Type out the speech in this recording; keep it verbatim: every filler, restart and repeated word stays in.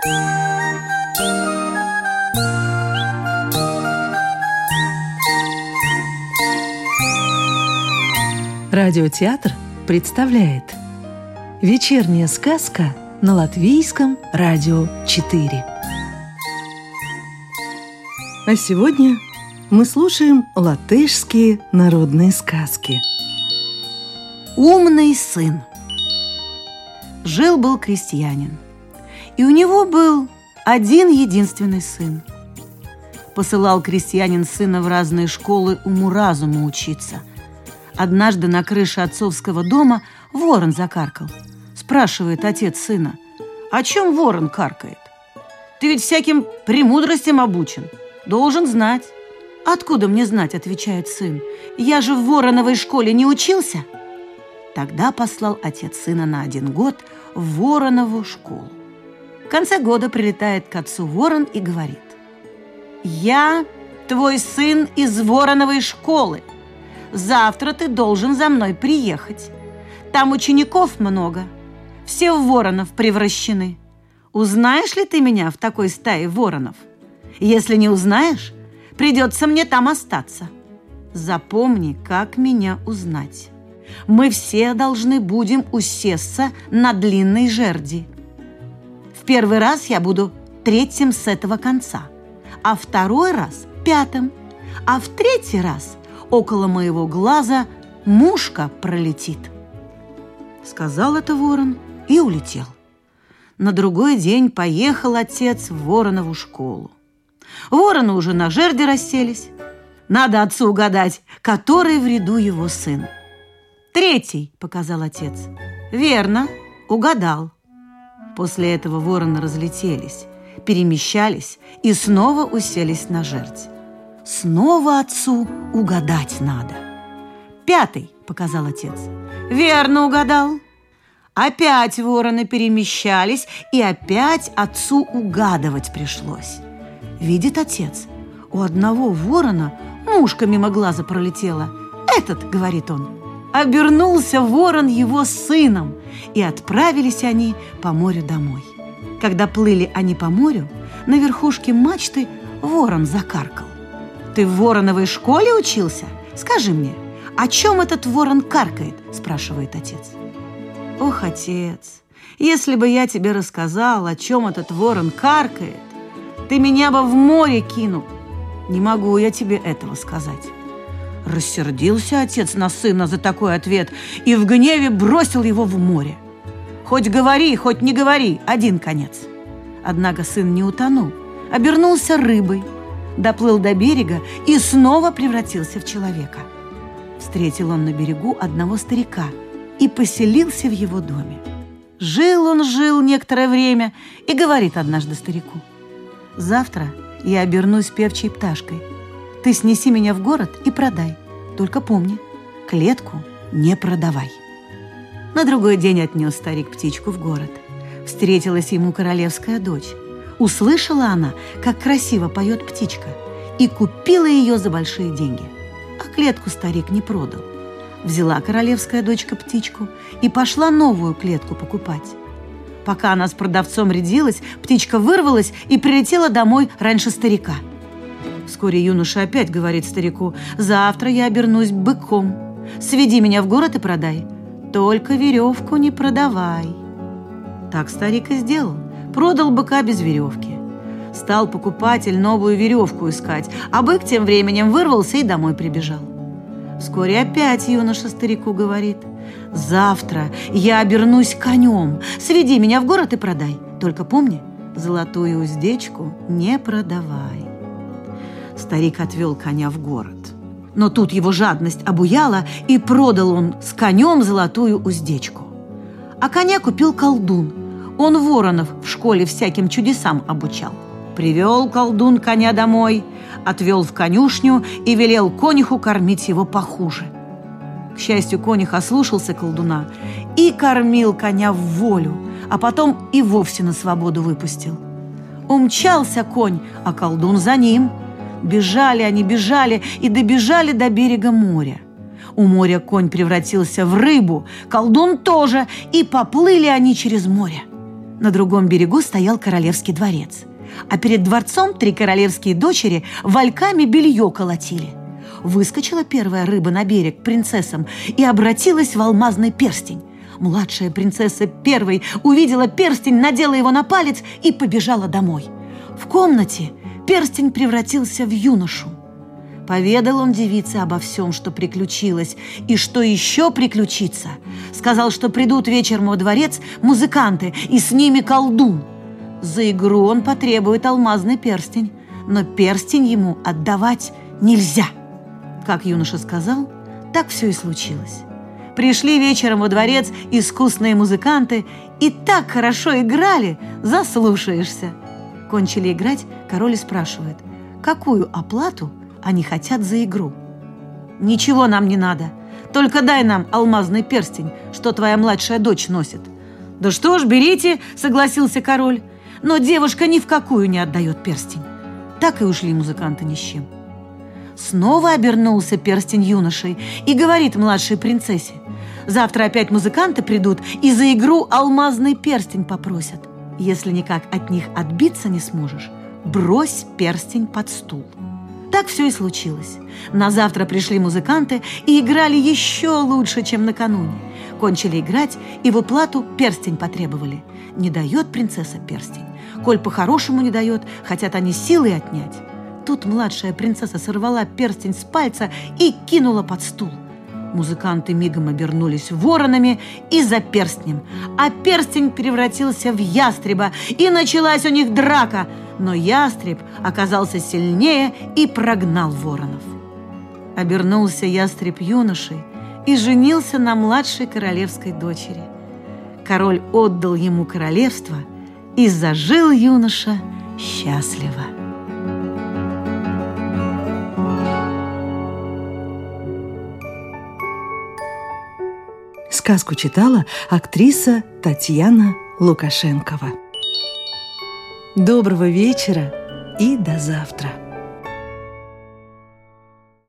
Радиотеатр представляет «Вечерняя сказка» на Латвийском радио четыре. А сегодня мы слушаем латышские народные сказки. Умный сын. Жил-был крестьянин, и у него был один единственный сын. Посылал крестьянин сына в разные школы уму-разуму учиться. Однажды на крыше отцовского дома ворон закаркал. Спрашивает отец сына: «О чем ворон каркает? Ты ведь всяким премудростям обучен, должен знать». «Откуда мне знать?» – отвечает сын. «Я же в вороновой школе не учился». Тогда послал отец сына на один год в воронову школу. В конце года прилетает к отцу ворон и говорит: «Я твой сын из вороновой школы. Завтра ты должен за мной приехать. Там учеников много, все в воронов превращены. Узнаешь ли ты меня в такой стае воронов? Если не узнаешь, придется мне там остаться. Запомни, как меня узнать. Мы все должны будем усесться на длинной жерди. В первый раз я буду третьим с этого конца, а второй раз пятым, а в третий раз около моего глаза мушка пролетит». Сказал это ворон и улетел. На другой день поехал отец в воронову школу. Вороны уже на жерди расселись. Надо отцу угадать, который в ряду его сын. «Третий», — показал отец. «Верно, угадал». После этого вороны разлетелись, перемещались и снова уселись на жердь. Снова отцу угадать надо. «Пятый», — показал отец. «Верно угадал». Опять вороны перемещались, и опять отцу угадывать пришлось. Видит отец, у одного ворона мушка мимо глаза пролетела. «Этот», — говорит он. Обернулся ворон его сыном, и отправились они по морю домой. Когда плыли они по морю, на верхушке мачты ворон закаркал. «Ты в вороновой школе учился? Скажи мне, о чем этот ворон каркает?» – спрашивает отец. «Ох, отец, если бы я тебе рассказал, о чем этот ворон каркает, ты меня бы в море кинул. Не могу я тебе этого сказать». Рассердился отец на сына за такой ответ и в гневе бросил его в море. Хоть говори, хоть не говори, один конец. Однако сын не утонул, обернулся рыбой, доплыл до берега и снова превратился в человека. Встретил он на берегу одного старика и поселился в его доме. Жил он, жил некоторое время и говорит однажды старику: «Завтра я обернусь певчей пташкой. Ты снеси меня в город и продай. Только помни, клетку не продавай». На другой день отнес старик птичку в город. Встретилась ему королевская дочь. Услышала она, как красиво поет птичка, и купила ее за большие деньги. А клетку старик не продал. Взяла королевская дочка птичку и пошла новую клетку покупать. Пока она с продавцом рядилась, птичка вырвалась и прилетела домой раньше старика. Вскоре юноша опять говорит старику: «Завтра я обернусь быком. Сведи меня в город и продай. Только веревку не продавай». Так старик и сделал. Продал быка без веревки. Стал покупатель новую веревку искать, а бык тем временем вырвался и домой прибежал. Вскоре опять юноша старику говорит: «Завтра я обернусь конем. Сведи меня в город и продай. Только помни, золотую уздечку не продавай». Старик отвел коня в город. Но тут его жадность обуяла, и продал он с конем золотую уздечку. А коня купил колдун. Он воронов в школе всяким чудесам обучал. Привел колдун коня домой, отвел в конюшню и велел конюху кормить его похуже. К счастью, конюх ослушался колдуна и кормил коня в волю, а потом и вовсе на свободу выпустил. Умчался конь, а колдун за ним. Бежали они, бежали и добежали до берега моря. У моря конь превратился в рыбу, колдун тоже, и поплыли они через море. На другом берегу стоял королевский дворец, а перед дворцом три королевские дочери вальками белье колотили. Выскочила первая рыба на берег к принцессам и обратилась в алмазный перстень. Младшая принцесса первой увидела перстень, надела его на палец и побежала домой. В комнате перстень превратился в юношу. Поведал он девице обо всем, что приключилось, и что еще приключится. Сказал, что придут вечером во дворец музыканты, и с ними колдун. За игру он потребует алмазный перстень, но перстень ему отдавать нельзя. Как юноша сказал, так все и случилось. Пришли вечером во дворец искусные музыканты и так хорошо играли, заслушаешься. Кончили играть, король спрашивает, какую оплату они хотят за игру. «Ничего нам не надо, только дай нам алмазный перстень, что твоя младшая дочь носит». «Да что ж, берите», — согласился король. Но девушка ни в какую не отдает перстень. Так и ушли музыканты ни с чем. Снова обернулся перстень юношей и говорит младшей принцессе, завтра опять музыканты придут и за игру алмазный перстень попросят. Если никак от них отбиться не сможешь, брось перстень под стул. Так все и случилось. На завтра пришли музыканты и играли еще лучше, чем накануне. Кончили играть и в уплату перстень потребовали. Не дает принцесса перстень. Коль по-хорошему не дает, хотят они силой отнять. Тут младшая принцесса сорвала перстень с пальца и кинула под стул. Музыканты мигом обернулись воронами и за перстнем, а перстень превратился в ястреба, и началась у них драка, но ястреб оказался сильнее и прогнал воронов. Обернулся ястреб юношей и женился на младшей королевской дочери. Король отдал ему королевство, и зажил юноша счастливо. Сказку читала актриса Татьяна Лукашенкова. Доброго вечера и до завтра!